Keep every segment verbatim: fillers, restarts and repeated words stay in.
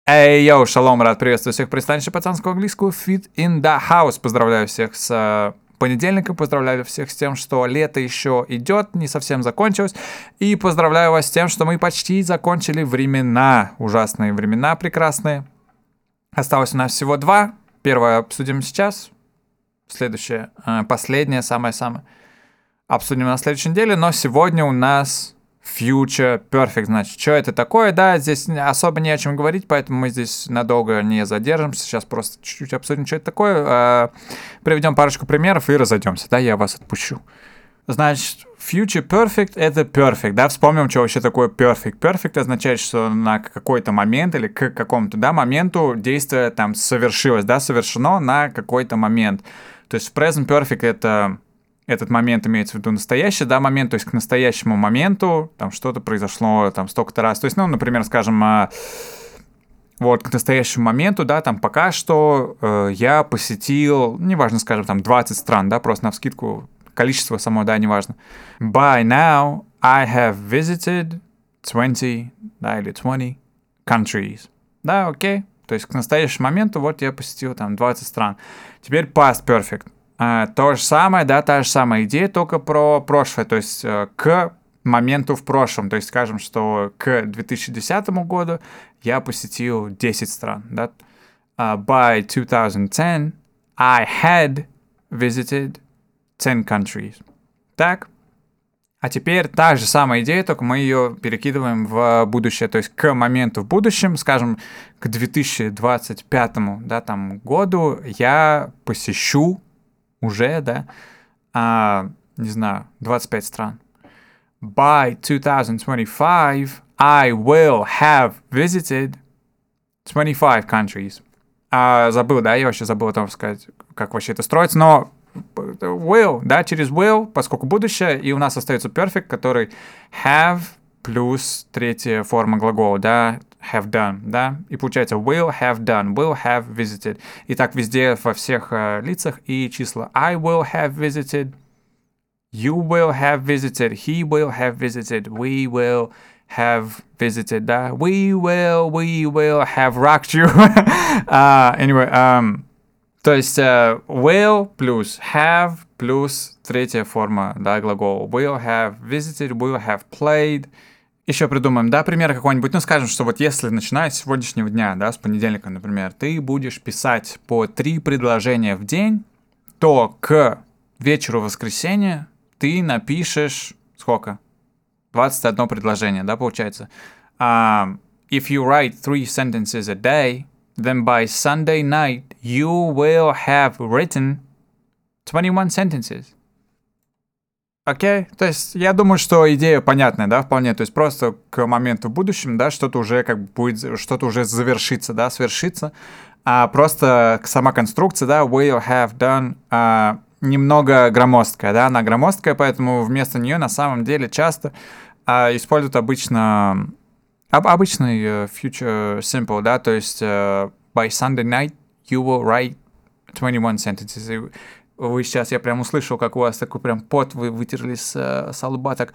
Эй, йоу, шалом, рад приветствовать всех пристанище пацанского английского Fit in the House. Поздравляю всех с э, понедельником, поздравляю всех с тем, что лето еще идет, не совсем закончилось. И поздравляю вас с тем, что мы почти закончили времена, ужасные времена, прекрасные. Осталось у нас всего два. Первое обсудим сейчас, следующее, э, последнее, самое-самое, обсудим на следующей неделе, но сегодня у нас... Future Perfect, значит, что это такое, да, здесь особо не о чем говорить, поэтому мы здесь надолго не задержимся, сейчас просто чуть-чуть обсудим, что это такое, э, приведем парочку примеров и разойдемся, да, я вас отпущу. Значит, Future Perfect — это perfect, да, вспомним, что вообще такое perfect. Perfect означает, что на какой-то момент или к какому-то, да, моменту действие там совершилось, да, совершено на какой-то момент. То есть Present Perfect — это... Этот момент имеется в виду настоящий, да, момент, то есть к настоящему моменту там что-то произошло там столько-то раз. То есть, ну, например, скажем, э, вот к настоящему моменту, да, там пока что э, я посетил, неважно, скажем, там двадцать стран, да, просто навскидку, количество само, да, неважно. By now I have visited twenty, да, или twenty countries. Да, окей. То есть к настоящему моменту вот я посетил там двадцать стран. Теперь Past Perfect. Uh, то же самое, да, та же самая идея, только про прошлое, то есть uh, к моменту в прошлом. То есть скажем, что к две тысячи десятому году я посетил десять стран, да. Uh, by twenty ten I had visited ten countries. Так. А теперь та же самая идея, только мы ее перекидываем в будущее, то есть к моменту в будущем, скажем, к две тысячи двадцать пятому, да, там, году я посещу уже, да, а, не знаю, двадцать пять стран. By twenty twenty-five, I will have visited twenty-five countries. А, забыл, да, я вообще забыл о том сказать, как вообще это строится, но will, да, через will, поскольку будущее, и у нас остается perfect, который have плюс третья форма глагола, да, have done, да, и получается will have done, will have visited. И так везде, во всех э, лицах и числа. I will have visited, you will have visited, he will have visited, we will have visited, да, we will, we will have rocked you. uh, anyway, um, то есть uh, will плюс have плюс третья форма, да, глагола. Will have visited, will have played. Еще придумаем, да, пример какой-нибудь. Ну, скажем, что вот если начиная с сегодняшнего дня, да, с понедельника, например, ты будешь писать по три предложения в день, то к вечеру воскресенья ты напишешь сколько? двадцать одно предложение, да, получается. Um, if you write three sentences a day, then by Sunday night you will have written twenty-one sentences. Окей, okay. То есть я думаю, что идея понятная, да, вполне, то есть просто к моменту в будущем, да, что-то уже как бы будет, что-то уже завершится, да, свершится, а просто сама конструкция, да, will have done, а, немного громоздкая, да, она громоздкая, поэтому вместо нее на самом деле часто а, используют обычно, об, обычный uh, future simple, да, то есть uh, by Sunday night you will write twenty-one sentences. Вы сейчас, я прям услышал, как у вас такой прям пот, вы вытерли с, с лба, так...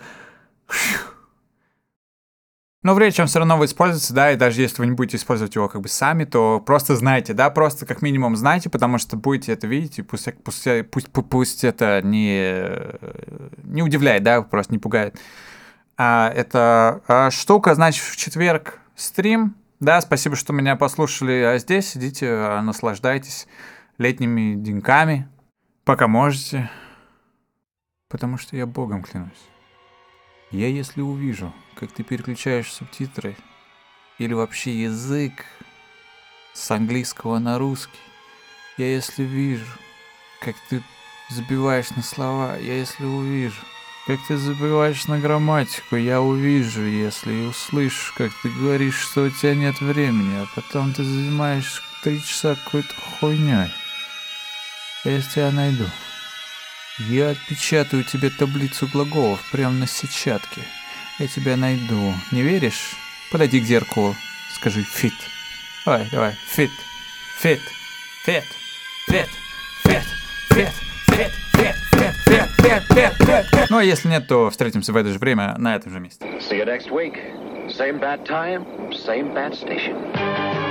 Но в речи он все равно вы используете, да, и даже если вы не будете использовать его как бы сами, то просто знайте, да, просто как минимум знайте, потому что будете это видеть, и пусть, пусть, пусть, пусть это не, не удивляет, да, просто не пугает. А, это а, штука, значит, в четверг стрим, да, спасибо, что меня послушали, а здесь сидите, а, наслаждайтесь летними деньками. Пока можете, потому что я Богом клянусь. Я если увижу, как ты переключаешь субтитры или вообще язык с английского на русский, я если вижу, как ты забиваешь на слова, я если увижу, как ты забиваешь на грамматику, я увижу, если и услышу, как ты говоришь, что у тебя нет времени, а потом ты занимаешь три часа какой-то хуйней. Я тебя найду. Я отпечатаю тебе таблицу глаголов прямо на сетчатке. Я тебя найду. Не веришь? Подойди к зеркалу. Скажи fit. Давай, давай. Fit. Fit. Fit. Fit. Fit. Fit. Fit. Fit. Fit. Fit. Fit. Fit. Fit. Fit. Ну а если нет, то встретимся в это же время на этом же месте. See you next week. Same bad time, same bad station.